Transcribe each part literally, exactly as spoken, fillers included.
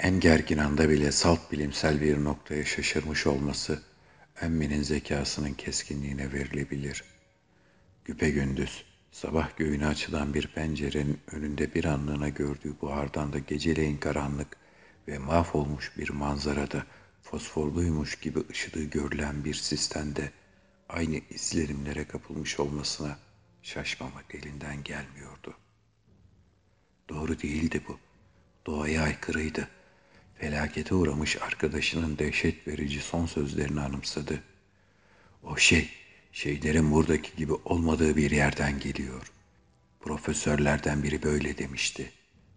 En gergin anda bile salt bilimsel bir noktaya şaşırmış olması, Emmi'nin zekasının keskinliğine verilebilir. Güpegündüz, sabah göğüne açılan bir pencerenin önünde bir anlığına gördüğü buhardan da geceleyin karanlık ve mahvolmuş bir manzarada fosforluymuş gibi ışıdığı görülen bir sistemde aynı izlenimlere kapılmış olmasına şaşmamak elinden gelmiyordu. Doğru değildi bu. Doğaya aykırıydı. Felakete uğramış arkadaşının dehşet verici son sözlerini anımsadı. O şey, şeylerin buradaki gibi olmadığı bir yerden geliyor. Profesörlerden biri böyle demişti.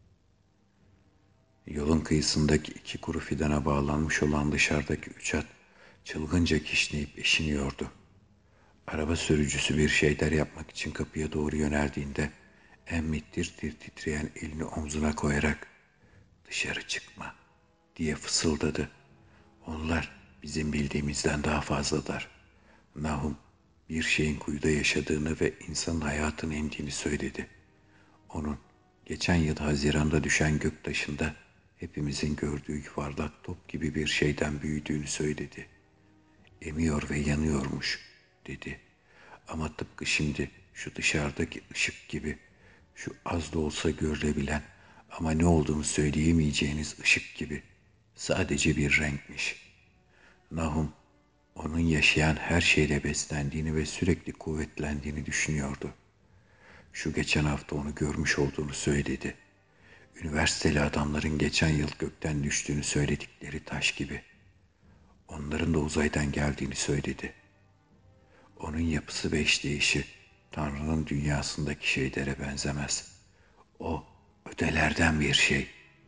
Yolun kıyısındaki iki kuru fidana bağlanmış olan dışarıdaki üç at çılgınca kişneyip eşiniyordu. Araba sürücüsü bir şeyler yapmak için kapıya doğru yöneldiğinde Emmi tir tir titreyen elini omzuna koyarak "Dışarı çıkma" diye fısıldadı. Onlar bizim bildiğimizden daha fazladır. Nahum bir şeyin kuyuda yaşadığını ve insanın hayatını emdiğini söyledi. Onun geçen yıl Haziran'da düşen göktaşında hepimizin gördüğü yuvarlak top gibi bir şeyden büyüdüğünü söyledi. Emiyor ve yanıyormuş dedi. Ama tıpkı şimdi şu dışarıdaki ışık gibi, şu az da olsa görülebilen ama ne olduğunu söyleyemeyeceğiniz ışık gibi sadece bir renkmiş. Nahum onun yaşayan her şeyle beslendiğini ve sürekli kuvvetlendiğini düşünüyordu. Şu geçen hafta onu görmüş olduğunu söyledi. Üniversiteli adamların geçen yıl gökten düştüğünü söyledikleri taş gibi. Onların da uzaydan geldiğini söyledi. Onun yapısı ve işleyişi Tanrı'nın dünyasındaki şeylere benzemez. O ötelerden bir şey.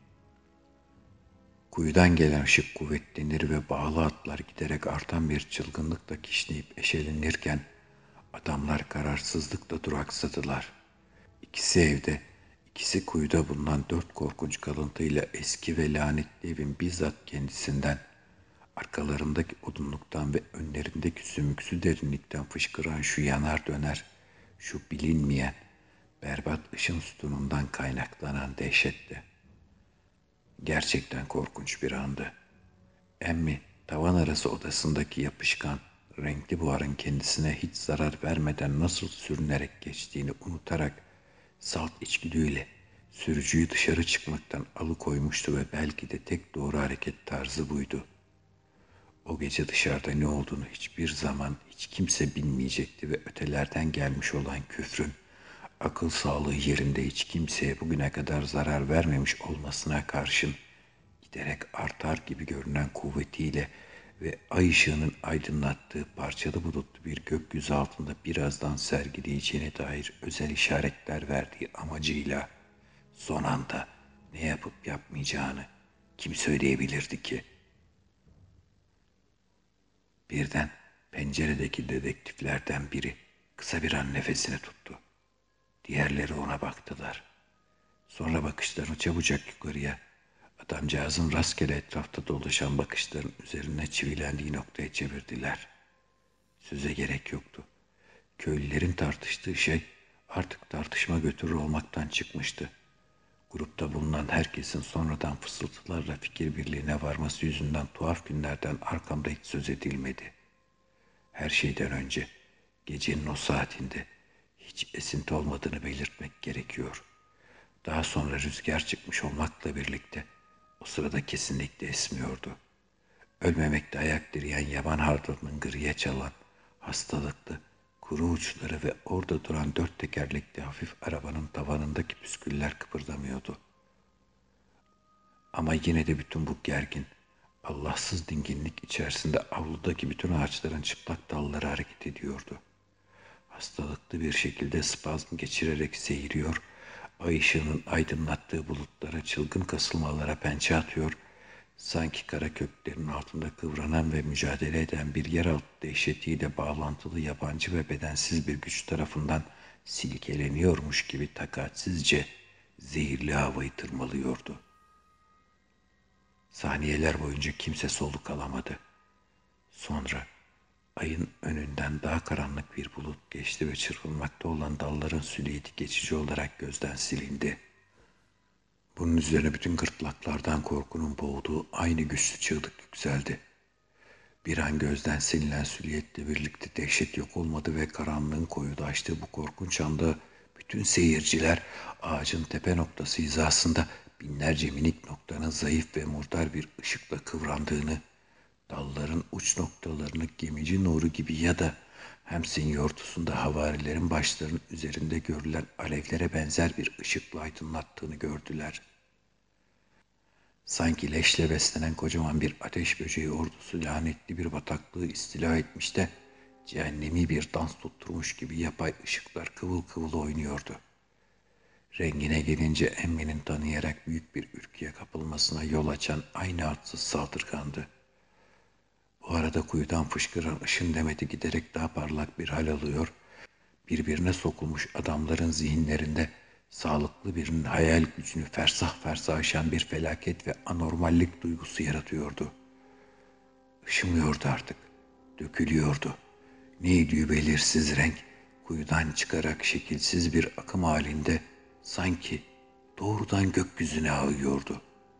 Kuyudan gelen ışık kuvvetlenir ve bağlı atlar giderek artan bir çılgınlıkla kişneyip eşelenirken adamlar kararsızlıkla duraksadılar. İkisi evde, ikisi kuyuda bulunan dört korkunç kalıntıyla eski ve lanetli evin bizzat kendisinden, arkalarındaki odunluktan ve önlerindeki sümüksü derinlikten fışkıran şu yanar döner, şu bilinmeyen, berbat ışın sütunundan kaynaklanan dehşetti. Gerçekten korkunç bir andı. Emmi, tavan arası odasındaki yapışkan, renkli buharın kendisine hiç zarar vermeden nasıl sürünerek geçtiğini unutarak salt içgüdüyle sürücüyü dışarı çıkmaktan alıkoymuştu ve belki de tek doğru hareket tarzı buydu. O gece dışarıda ne olduğunu hiçbir zaman hiç kimse bilmeyecekti ve ötelerden gelmiş olan küfrün, akıl sağlığı yerinde hiç kimseye bugüne kadar zarar vermemiş olmasına karşın giderek artar gibi görünen kuvvetiyle ve ay ışığının aydınlattığı parçalı bulutlu bir gökyüzü altında birazdan sergileyeceğine dair özel işaretler verdiği amacıyla son anda ne yapıp yapmayacağını kim söyleyebilirdi ki? Birden penceredeki dedektiflerden biri kısa bir an nefesini tuttu. Diğerleri ona baktılar. Sonra bakışlarını çabucak yukarıya, adamcağızın rastgele etrafta dolaşan bakışların üzerine çivilendiği noktaya çevirdiler. Söze gerek yoktu. Köylülerin tartıştığı şey artık tartışma götürür olmaktan çıkmıştı. Grupta bulunan herkesin sonradan fısıltılarla fikir birliğine varması yüzünden tuhaf günlerden arkamda hiç söz edilmedi. Her şeyden önce gecenin o saatinde hiç esinti olmadığını belirtmek gerekiyor. Daha sonra rüzgar çıkmış olmakla birlikte o sırada kesinlikle esmiyordu. Ölmemekte ayak direyen yaban hardalının gırıya çalan, hastalıklı, kuru uçları ve orada duran dört tekerlekli hafif arabanın tavanındaki püsküller kıpırdamıyordu. Ama yine de bütün bu gergin, Allahsız dinginlik içerisinde avludaki bütün ağaçların çıplak dalları hareket ediyordu. Hastalıklı bir şekilde spazm geçirerek seyiriyor, ay ışığının aydınlattığı bulutlara çılgın kasılmalara pençe atıyor, sanki kara köklerin altında kıvranan ve mücadele eden bir yeraltı dehşetiyle bağlantılı yabancı ve bedensiz bir güç tarafından silkeleniyormuş gibi takatsizce zehirli havayı tırmalıyordu. Saniyeler boyunca kimse soluk alamadı. Sonra ayın önünden daha karanlık bir bulut geçti ve çırpınmakta olan dalların silüeti geçici olarak gözden silindi. Bunun üzerine bütün gırtlaklardan korkunun boğduğu aynı güçlü çığlık yükseldi. Bir an gözden sililen silüetle birlikte dehşet yok olmadı ve karanlığın koyulaştığı bu korkunç anda bütün seyirciler ağacın tepe noktası hizasında binlerce minik noktanın zayıf ve murdar bir ışıkla kıvrandığını, dalların uç noktalarını gemici nuru gibi ya da Hems'in yortusunda havarilerin başlarının üzerinde görülen alevlere benzer bir ışıkla aydınlattığını gördüler. Sanki leşle beslenen kocaman bir ateş böceği ordusu lanetli bir bataklığı istila etmiş de cehennemi bir dans tutturmuş gibi yapay ışıklar kıvıl kıvıl oynuyordu. Rengine gelince Emmy'nin tanıyarak büyük bir ürküye kapılmasına yol açan aynı hadsız saldırgandı. Bu arada kuyudan fışkıran ışın demeti giderek daha parlak bir hal alıyor, birbirine sokulmuş adamların zihinlerinde sağlıklı birinin hayal gücünü fersah fersah aşan bir felaket ve anormallik duygusu yaratıyordu. Işımıyordu artık, dökülüyordu. Neydi belirsiz renk, kuyudan çıkarak şekilsiz bir akım halinde sanki doğrudan gökyüzüne ağıyordu.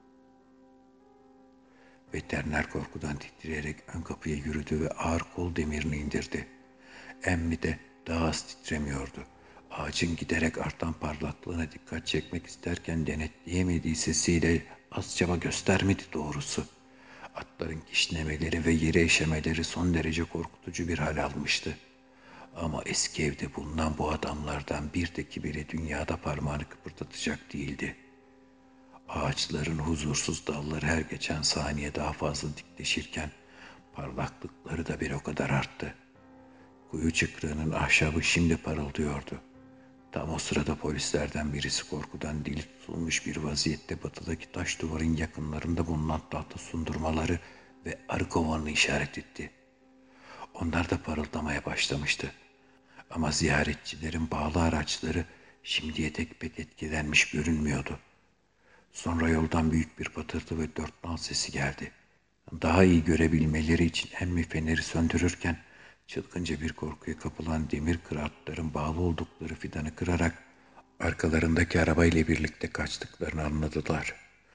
Veteriner korkudan titreyerek ön kapıya yürüdü ve ağır kol demirini indirdi. Emmi de daha az titremiyordu. Ağacın giderek artan parlaklığına dikkat çekmek isterken denetleyemediği sesiyle az çaba göstermedi doğrusu. Atların kişnemeleri ve yere eşemeleri son derece korkutucu bir hal almıştı. Ama eski evde bulunan bu adamlardan bir teki bile dünyada parmağını kıpırdatacak değildi. Ağaçların huzursuz dalları her geçen saniye daha fazla dikleşirken parlaklıkları da bir o kadar arttı. Kuyu çıkrığının ahşabı şimdi parıldıyordu. Tam o sırada polislerden birisi korkudan dili tutulmuş bir vaziyette batıdaki taş duvarın yakınlarında bulunan tahta sundurmaları ve arı kovanını işaret etti. Onlar da parıldamaya başlamıştı. Ama ziyaretçilerin bağlı araçları şimdiye dek pek etkilenmiş görünmüyordu. Sonra yoldan büyük bir patırtı ve dört nal sesi geldi. Daha iyi görebilmeleri için emmi feneri söndürürken çılgınca bir korkuya kapılan demir kıraatların bağlı oldukları fidanı kırarak arkalarındaki arabayla birlikte kaçtıklarını anladılar.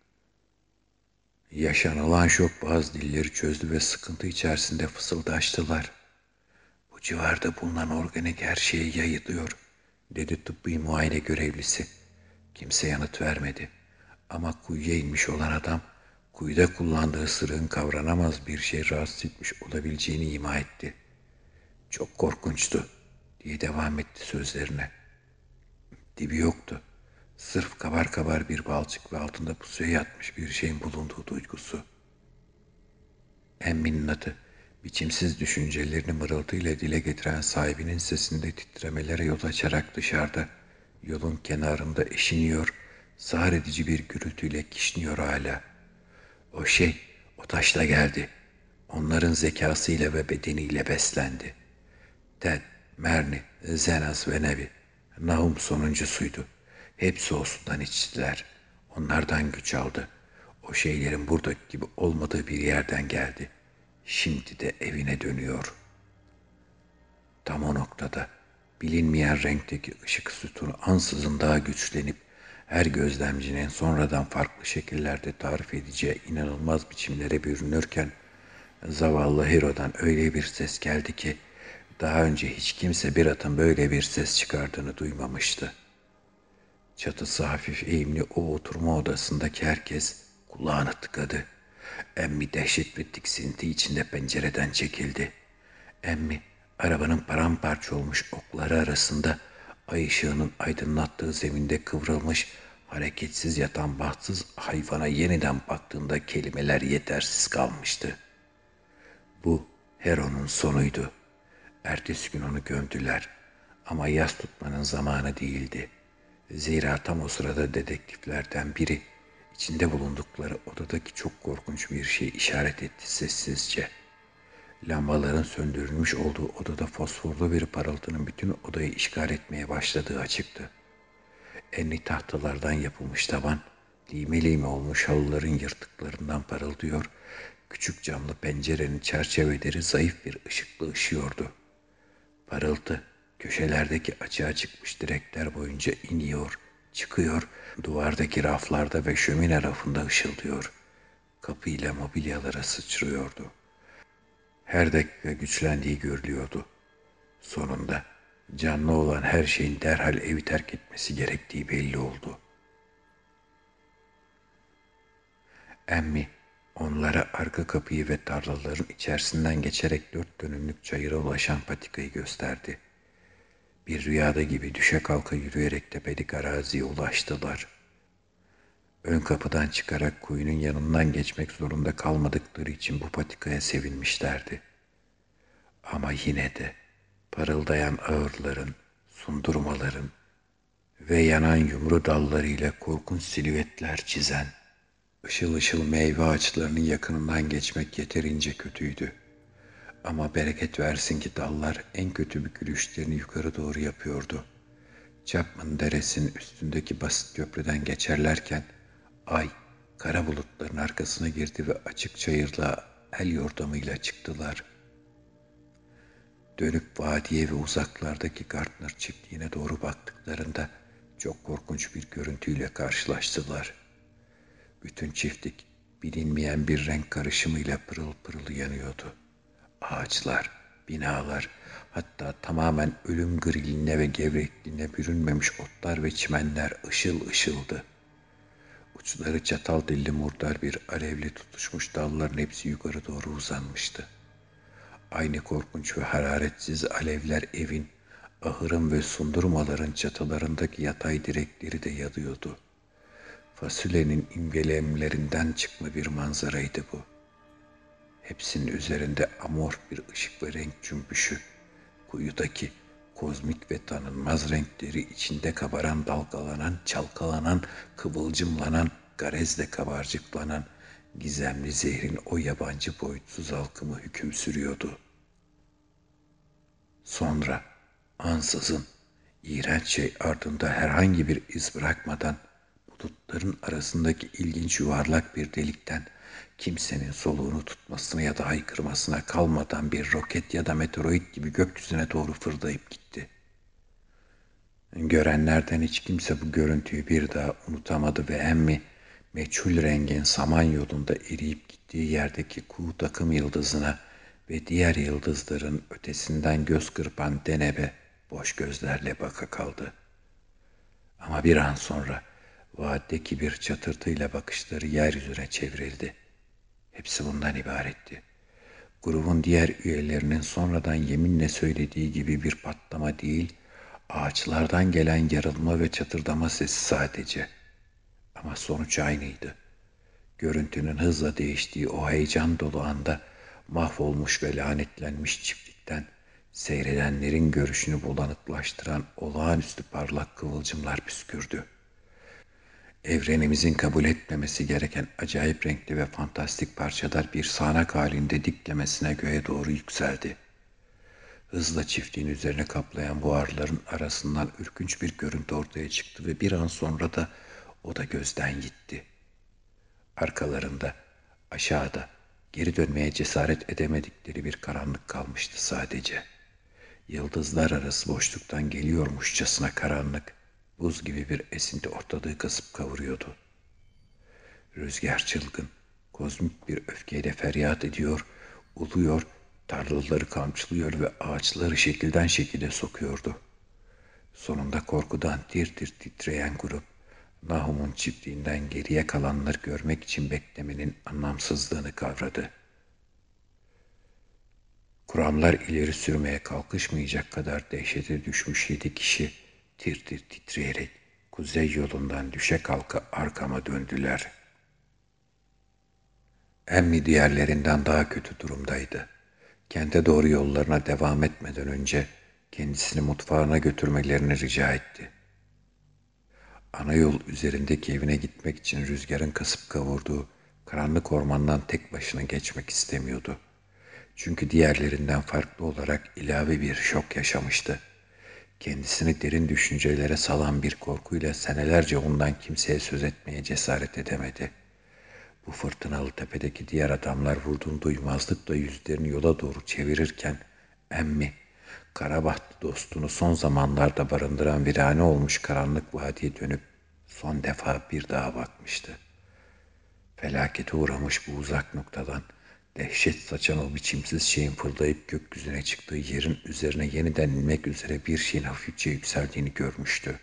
Yaşanılan şok bazı dilleri çözdü ve sıkıntı içerisinde fısıldaştılar. Bu civarda bulunan organik her şeye yayılıyor, dedi tıbbi muayene görevlisi. Kimse yanıt vermedi. Ama kuyuya inmiş olan adam, kuyuda kullandığı sırığın kavranamaz bir şey rahatsız etmiş olabileceğini ima etti. Çok korkunçtu, diye devam etti sözlerine. Dibi yoktu. Sırf kabar kabar bir balçık ve altında pusuya yatmış bir şeyin bulunduğu duygusu. Emminin adı, biçimsiz düşüncelerini mırıltıyla dile getiren sahibinin sesinde titremelere yol açarak dışarıda, yolun kenarında eşiniyor, sağır edici bir gürültüyle kişniyor hala. O şey, o taşla geldi. Onların zekasıyla ve bedeniyle beslendi. Ted, Merni, Zenas ve Nevi, Nahum sonuncusuydu. Hepsi o sudan içtiler. Onlardan güç aldı. O şeylerin buradaki gibi olmadığı bir yerden geldi. Şimdi de evine dönüyor. Tam o noktada bilinmeyen renkteki ışık sütunu ansızın daha güçlenip her gözlemcinin sonradan farklı şekillerde tarif edeceği inanılmaz biçimlere bürünürken zavallı Hero'dan öyle bir ses geldi ki daha önce hiç kimse bir atın böyle bir ses çıkardığını duymamıştı. Çatısı hafif eğimli o oturma odasındaki herkes kulağını tıkadı. Emmi dehşet ve tiksinti içinde pencereden çekildi. Emmi arabanın paramparça olmuş okları arasında ay ışığının aydınlattığı zeminde kıvrılmış, hareketsiz yatan bahtsız hayvana yeniden baktığında kelimeler yetersiz kalmıştı. Bu Hero'nun sonuydu. Ertesi gün onu gömdüler ama yas tutmanın zamanı değildi. Zira tam o sırada dedektiflerden biri içinde bulundukları odadaki çok korkunç bir şey işaret etti sessizce. Lambaların söndürülmüş olduğu odada fosforlu bir parıltının bütün odayı işgal etmeye başladığı açıktı. Enli tahtalardan yapılmış taban, lime lime olmuş halıların yırtıklarından parıldıyor, küçük camlı pencerenin çerçeveleri zayıf bir ışıkla ışıyordu. Parıltı, köşelerdeki açığa çıkmış direkler boyunca iniyor, Çıkıyor, duvardaki raflarda ve şömine rafında ışıldıyor. Kapıyla mobilyalara sıçrıyordu. Her dakika güçlendiği görülüyordu. Sonunda canlı olan her şeyin derhal evi terk etmesi gerektiği belli oldu. Emmi onlara arka kapıyı ve tarlaların içerisinden geçerek dört dönümlük çayıra ulaşan patikayı gösterdi. Bir rüyada gibi düşe kalka yürüyerek tepelik araziye ulaştılar. Ön kapıdan çıkarak kuyunun yanından geçmek zorunda kalmadıkları için bu patikaya sevinmişlerdi. Ama yine de parıldayan ağırların, sundurmaların ve yanan yumru dallarıyla korkunç silüetler çizen, ışıl ışıl meyve ağaçlarının yakınından geçmek yeterince kötüydü. Ama bereket versin ki dallar en kötü bükülüşlerini yukarı doğru yapıyordu. Chapman Deresi'nin üstündeki basit köprüden geçerlerken ay kara bulutların arkasına girdi ve açık çayırlığa el yordamıyla çıktılar. Dönüp vadiye ve uzaklardaki Gardner çiftliğine doğru baktıklarında çok korkunç bir görüntüyle karşılaştılar. Bütün çiftlik bilinmeyen bir renk karışımıyla pırıl pırıl yanıyordu. Ağaçlar, binalar, hatta tamamen ölüm griline ve gevrekliğine bürünmemiş otlar ve çimenler ışıl ışıldı. Uçları çatal dilli murdar bir alevle tutuşmuş dalların hepsi yukarı doğru uzanmıştı. Aynı korkunç ve hararetsiz alevler evin, ahırın ve sundurmaların çatılarındaki yatay direkleri de yanıyordu. Fasulyenin imgelemlerinden çıkma bir manzaraydı bu. Hepsinin üzerinde amorf bir ışık ve renk cümbüşü, kuyudaki kozmik ve tanınmaz renkleri içinde kabaran, dalgalanan, çalkalanan, kıvılcımlanan, garezle kabarcıklanan, gizemli zehrin o yabancı boyutsuz halkımı hüküm sürüyordu. Sonra ansızın iğrenç şey ardında herhangi bir iz bırakmadan bulutların arasındaki ilginç yuvarlak bir delikten kimsenin soluğunu tutmasına ya da haykırmasına kalmadan bir roket ya da meteoroid gibi gökyüzüne doğru fırlayıp gitti. Görenlerden hiç kimse bu görüntüyü bir daha unutamadı ve emmi meçhul rengin saman yolunda eriyip gittiği yerdeki kuğu takım yıldızına ve diğer yıldızların ötesinden göz kırpan denebe boş gözlerle baka kaldı. Ama bir an sonra vaatteki bir çatırtıyla bakışları yeryüzüne çevrildi. Hepsi bundan ibaretti. Grubun diğer üyelerinin sonradan yeminle söylediği gibi bir patlama değil, ağaçlardan gelen yarılma ve çatırdama sesi sadece. Ama sonuç aynıydı. Görüntünün hızla değiştiği o heyecan dolu anda mahvolmuş ve lanetlenmiş çiftlikten seyredenlerin görüşünü bulanıklaştıran olağanüstü parlak kıvılcımlar püskürdü. Evrenimizin kabul etmemesi gereken acayip renkli ve fantastik parçalar bir sağanak halinde diklemesine göğe doğru yükseldi. Hızla çiftliğin üzerine kaplayan buharların arasından ürkünç bir görüntü ortaya çıktı ve bir an sonra da o da gözden gitti. Arkalarında, aşağıda, geri dönmeye cesaret edemedikleri bir karanlık kalmıştı sadece. Yıldızlar arası boşluktan geliyormuşçasına karanlık, buz gibi bir esinti ortalığı kasıp kavuruyordu. Rüzgar çılgın, kozmik bir öfkeyle feryat ediyor, uluyor, tarlaları kamçılıyor ve ağaçları şekilden şekile sokuyordu. Sonunda korkudan tir tir titreyen grup, Nahum'un çiftliğinden geriye kalanları görmek için beklemenin anlamsızlığını kavradı. Kuramlar ileri sürmeye kalkışmayacak kadar dehşete düşmüş yedi kişi tir tir titreyerek kuzey yolundan düşe kalka arkama döndüler. Emmi diğerlerinden daha kötü durumdaydı. Kente doğru yollarına devam etmeden önce kendisini mutfağına götürmelerini rica etti. Ana yol üzerindeki evine gitmek için rüzgarın kasıp kavurduğu karanlık ormandan tek başına geçmek istemiyordu. Çünkü diğerlerinden farklı olarak ilave bir şok yaşamıştı. Kendisini derin düşüncelere salan bir korkuyla senelerce ondan kimseye söz etmeye cesaret edemedi. Bu fırtınalı tepedeki diğer adamlar vurduğun duymazlıkla yüzlerini yola doğru çevirirken emmi, kara bahtlı dostunu son zamanlarda barındıran virane olmuş karanlık vadiye dönüp Son defa bir daha bakmıştı. Felakete uğramış bu uzak noktadan dehşet saçan o biçimsiz şeyin fırlayıp gökyüzüne çıktığı yerin üzerine yeniden inmek üzere bir şeyin hafifçe yükseldiğini görmüştü.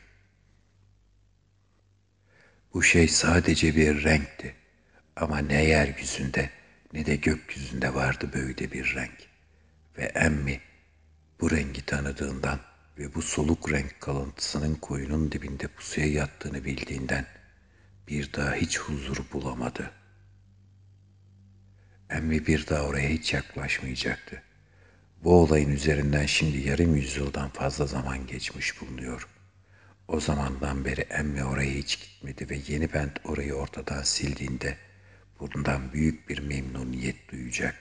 Bu şey sadece bir renkti ama ne yeryüzünde ne de gökyüzünde vardı böyle bir renk. Ve emmi bu rengi tanıdığından ve bu soluk renk kalıntısının koyunun dibinde pusuya yattığını bildiğinden bir daha hiç huzur bulamadı. Emmi bir daha oraya hiç yaklaşmayacaktı. Bu olayın üzerinden şimdi yarım yüzyıldan fazla zaman geçmiş bulunuyor. O zamandan beri emmi oraya hiç gitmedi ve yeni bent orayı ortadan sildiğinde bundan büyük bir memnuniyet duyacak.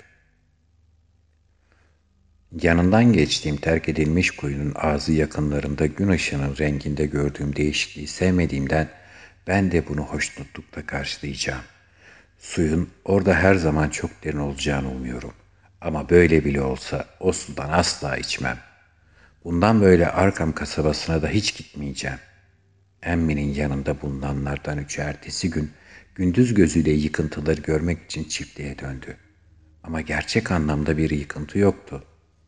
Yanından geçtiğim terk edilmiş kuyunun ağzı yakınlarında gün ışığının renginde gördüğüm değişikliği sevmediğimden ben de bunu hoşnutlukla karşılayacağım. Suyun orada her zaman çok derin olacağını umuyorum. Ama böyle bile olsa o sudan asla içmem. Bundan böyle Arkham kasabasına da hiç gitmeyeceğim. Emminin yanında bulunanlardan üçü ertesi gün gündüz gözüyle yıkıntıları görmek için çiftliğe döndü. Ama gerçek anlamda bir yıkıntı yoktu.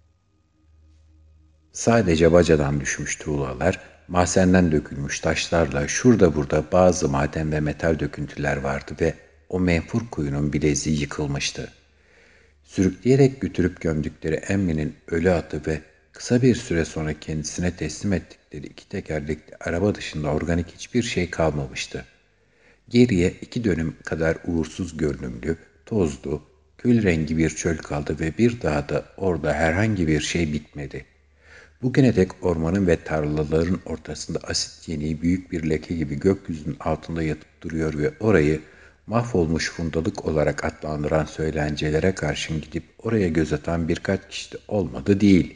Sadece bacadan düşmüş tuğlalar, mahzenden dökülmüş taşlarla şurada burada bazı maden ve metal döküntüler vardı ve o menfur kuyunun bileziği yıkılmıştı. Sürükleyerek götürüp gömdükleri emminin ölü atı ve kısa bir süre sonra kendisine teslim ettikleri iki tekerlekli araba dışında organik hiçbir şey kalmamıştı. Geriye iki dönüm kadar uğursuz görünümlü, tozlu, kül rengi bir çöl kaldı ve bir daha da orada herhangi bir şey bitmedi. Bugüne dek ormanın ve tarlaların ortasında asit yeniği büyük bir leke gibi gökyüzünün altında yatıp duruyor ve orayı mahvolmuş fundalık olarak adlandıran söylencelere karşın gidip oraya göz atan birkaç kişi de olmadı değil.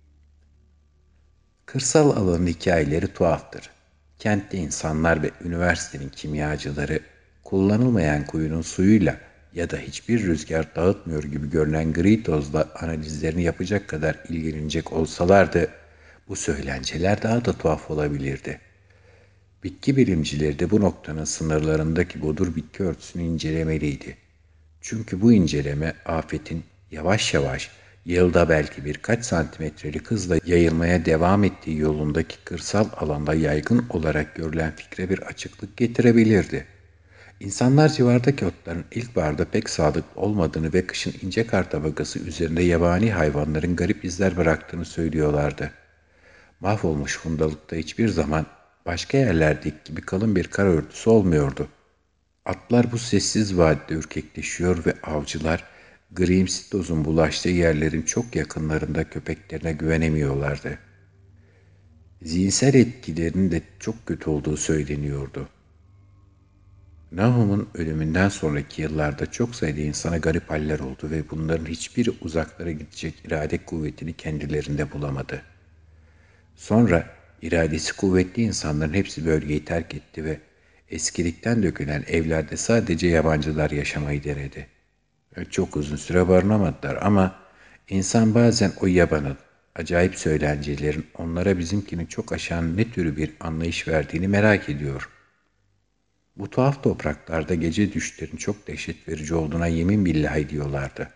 Kırsal alanın hikayeleri tuhaftır. Kentte insanlar ve üniversitenin kimyacıları kullanılmayan kuyunun suyuyla ya da hiçbir rüzgar dağıtmıyor gibi görünen gri tozla analizlerini yapacak kadar ilgilenecek olsalardı, bu söylenceler daha da tuhaf olabilirdi. Bitki bilimcileri de bu noktanın sınırlarındaki bodur bitki örtüsünü incelemeliydi. Çünkü bu inceleme afetin yavaş yavaş yılda belki birkaç santimetrelik hızla yayılmaya devam ettiği yolundaki kırsal alanda yaygın olarak görülen fikre bir açıklık getirebilirdi. İnsanlar civardaki otların ilkbaharda pek sağlıklı olmadığını ve kışın ince kar tabakası üzerinde yabani hayvanların garip izler bıraktığını söylüyorlardı. Mahvolmuş fundalıkta hiçbir zaman başka yerlerdeki gibi kalın bir kar örtüsü olmuyordu. Atlar bu sessiz vadide ürkekleşiyor ve avcılar grimsi tozun bulaştığı yerlerin çok yakınlarında köpeklerine güvenemiyorlardı. Zihinsel etkilerinin de çok kötü olduğu söyleniyordu. Nahum'un ölümünden sonraki yıllarda çok sayıda insana garip haller oldu ve bunların hiçbiri uzaklara gidecek irade kuvvetini kendilerinde bulamadı. Sonra iradesi kuvvetli insanların hepsi bölgeyi terk etti ve eskilikten dökülen evlerde sadece yabancılar yaşamayı denedi. Çok uzun süre barınamadılar ama insan bazen o yabanın, acayip söylencelerin onlara bizimkini çok aşan ne türü bir anlayış verdiğini merak ediyor. Bu tuhaf topraklarda gece düşlerin çok dehşet verici olduğuna yemin billah ediyorlardı.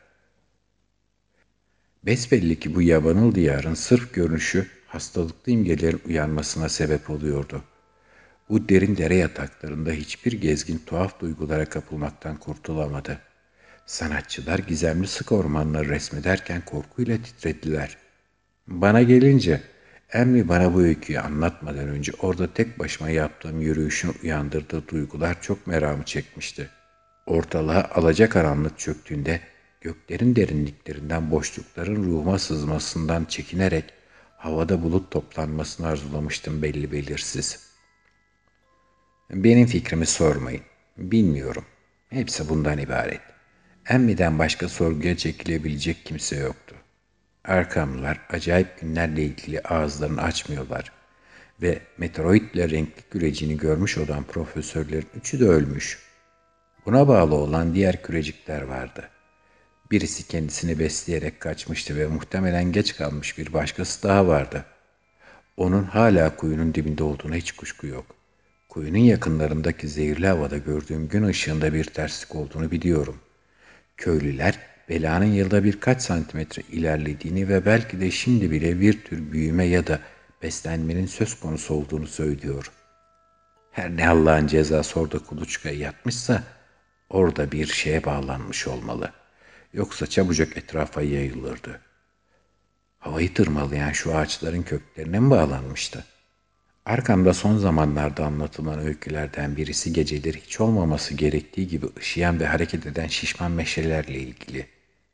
Besbelli ki bu yabanıl diyarın sırf görünüşü hastalıklı imgelerin uyanmasına sebep oluyordu. Bu derin dere yataklarında hiçbir gezgin tuhaf duygulara kapılmaktan kurtulamadı. Sanatçılar gizemli sık ormanları resmederken korkuyla titrediler. Bana gelince, Emmi bana bu öyküyü anlatmadan önce orada tek başıma yaptığım yürüyüşün uyandırdığı duygular çok meramı çekmişti. Ortalığa alacakaranlık çöktüğünde göklerin derinliklerinden boşlukların ruhuma sızmasından çekinerek havada bulut toplanmasını arzulamıştım belli belirsiz. Benim fikrimi sormayın. Bilmiyorum. Hepsi bundan ibaret. Emmiden başka sorguya çekilebilecek kimse yoktu. Arkamlılar acayip günlerle ilgili ağızlarını açmıyorlar ve meteoroidle renkli gürecini görmüş olan profesörlerin üçü de ölmüş. Buna bağlı olan diğer kürecikler vardı. Birisi kendisini besleyerek kaçmıştı ve muhtemelen geç kalmış bir başkası daha vardı. Onun hala kuyunun dibinde olduğuna hiç kuşku yok. Kuyunun yakınlarındaki zehirli havada gördüğüm gün ışığında bir terslik olduğunu biliyorum. Köylüler belanın yılda birkaç santimetre ilerlediğini ve belki de şimdi bile bir tür büyüme ya da beslenmenin söz konusu olduğunu söylüyor. Her ne Allah'ın cezası orada kuluçkaya yatmışsa orada bir şeye bağlanmış olmalı. Yoksa çabucak etrafa yayılırdı. Havayı tırmalayan şu ağaçların köklerine mi bağlanmıştı? Arkamda son zamanlarda anlatılan öykülerden birisi geceleri hiç olmaması gerektiği gibi ışıyan ve hareket eden şişman meşalelerle ilgili.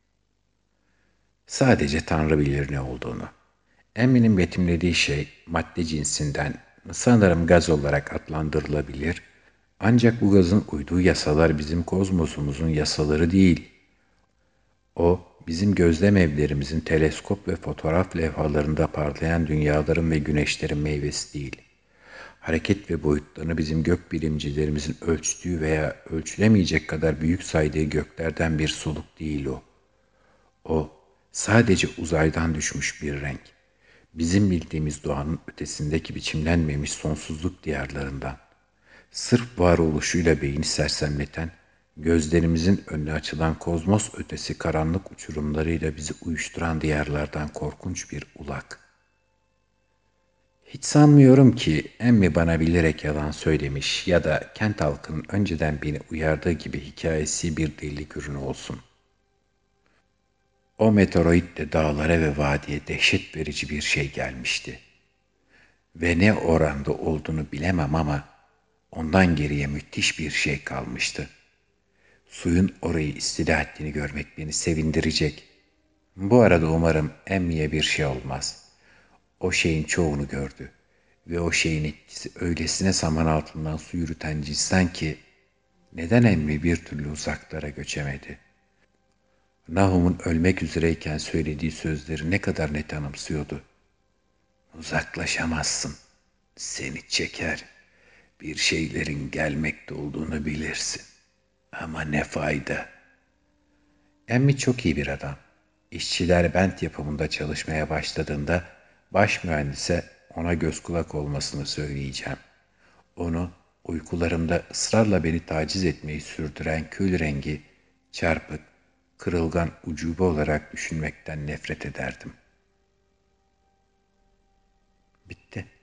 Sadece Tanrı bilir ne olduğunu. Emminin betimlediği şey madde cinsinden, sanırım gaz olarak adlandırılabilir. Ancak bu gazın uyduğu yasalar bizim kozmosumuzun yasaları değil. O, bizim gözlem evlerimizin teleskop ve fotoğraf levhalarında parlayan dünyaların ve güneşlerin meyvesi değil. Hareket ve boyutlarını bizim gök bilimcilerimizin ölçtüğü veya ölçülemeyecek kadar büyük saydığı göklerden bir soluk değil o. O, sadece uzaydan düşmüş bir renk. Bizim bildiğimiz doğanın ötesindeki biçimlenmemiş sonsuzluk diyarlarından. Sırf varoluşuyla beyni sersemleten, gözlerimizin önüne açılan kozmos ötesi karanlık uçurumlarıyla bizi uyuşturan diyarlardan korkunç bir ulak. Hiç sanmıyorum ki emmi bana bilerek yalan söylemiş ya da kent halkının önceden beni uyardığı gibi hikayesi bir delilik ürünü olsun. O meteoroid de dağlara ve vadiye dehşet verici bir şey gelmişti. Ve ne oranda olduğunu bilemem ama ondan geriye müthiş bir şey kalmıştı. Suyun orayı istila ettiğini görmek beni sevindirecek. Bu arada umarım emmiye bir şey olmaz. O şeyin çoğunu gördü. Ve o şeyin etkisi öylesine saman altından su yürüten cinsten ki neden emmi bir türlü uzaklara göçemedi? Nahum'un ölmek üzereyken söylediği sözleri ne kadar net anımsıyordu. Uzaklaşamazsın, seni çeker, bir şeylerin gelmekte olduğunu bilirsin. Ama ne fayda? Emmi çok iyi bir adam. İşçiler bent yapımında çalışmaya başladığında baş mühendise ona göz kulak olmasını söyleyeceğim. Onu uykularımda ısrarla beni taciz etmeyi sürdüren kül rengi, çarpık, kırılgan ucube olarak düşünmekten nefret ederdim. Bitti.